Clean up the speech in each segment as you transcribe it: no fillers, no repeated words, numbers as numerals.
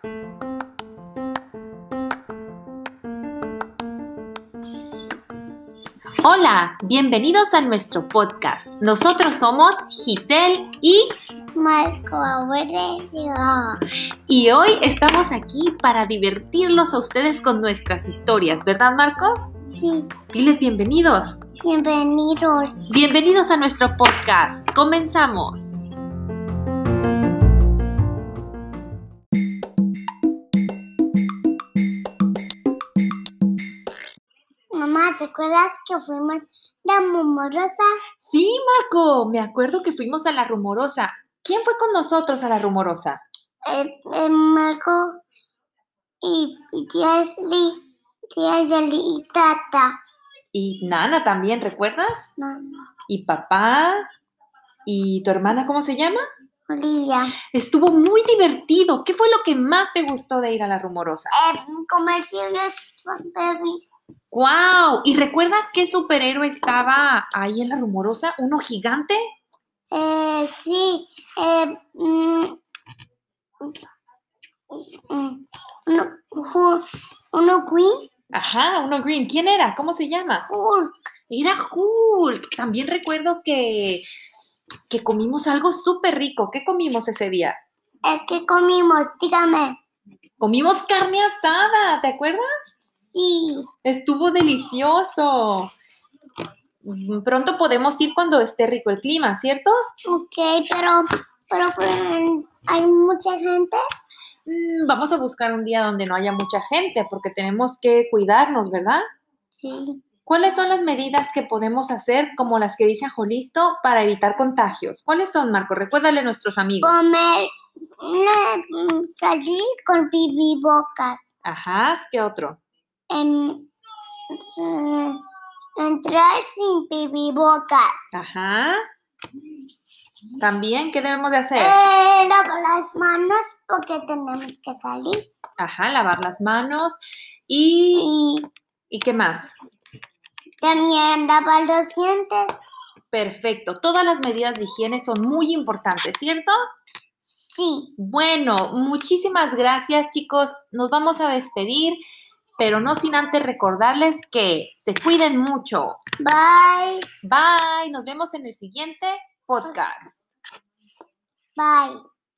Hola, bienvenidos a nuestro podcast. Nosotros somos Giselle y Marco Aurelio. Y hoy estamos aquí para divertirlos a ustedes con nuestras historias, ¿verdad, Marco? Sí. Diles bienvenidos. Bienvenidos. Bienvenidos a nuestro podcast. Comenzamos. Mamá, ¿te acuerdas que fuimos la Rumorosa? Sí, Marco, me acuerdo que fuimos a la Rumorosa. ¿Quién fue con nosotros a la Rumorosa? Marco y tía Yeli y Tata. Y Nana también, ¿recuerdas? Mamá. Y papá. ¿Y tu hermana cómo se llama? Olivia. Estuvo muy divertido. ¿Qué fue lo que más te gustó de ir a la Rumorosa? Comerciales babies. ¡Wow! ¿Y recuerdas qué superhéroe estaba ahí en la Rumorosa? ¿Uno gigante? Sí. Uno Queen. Ajá, uno green. ¿Quién era? ¿Cómo se llama? Hulk. Era Hulk. También recuerdo que comimos algo súper rico. ¿Qué comimos ese día? ¿Qué comimos? Dígame. Comimos carne asada, ¿te acuerdas? Sí. Estuvo delicioso. Pronto podemos ir cuando esté rico el clima, ¿cierto? Ok, pero hay mucha gente. Vamos a buscar un día donde no haya mucha gente porque tenemos que cuidarnos, ¿verdad? Sí. ¿Cuáles son las medidas que podemos hacer, como las que dice Jolisto, para evitar contagios? ¿Cuáles son, Marco? Recuérdale a nuestros amigos. Salir con pibibocas. Ajá, ¿qué otro? Entrar sin pibibocas. Ajá. También, ¿qué debemos de hacer? Lavar las manos porque tenemos que salir. Ajá, lavar las manos. ¿Y qué más? También lavar los dientes. Perfecto. Todas las medidas de higiene son muy importantes, ¿cierto? Sí. Bueno, muchísimas gracias, chicos. Nos vamos a despedir, pero no sin antes recordarles que se cuiden mucho. Bye. Bye. Nos vemos en el siguiente podcast. Bye.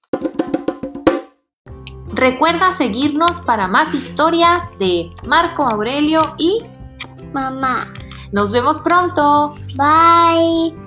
Recuerda seguirnos para más historias de Marco Aurelio y Mamá. nos vemos pronto. Bye.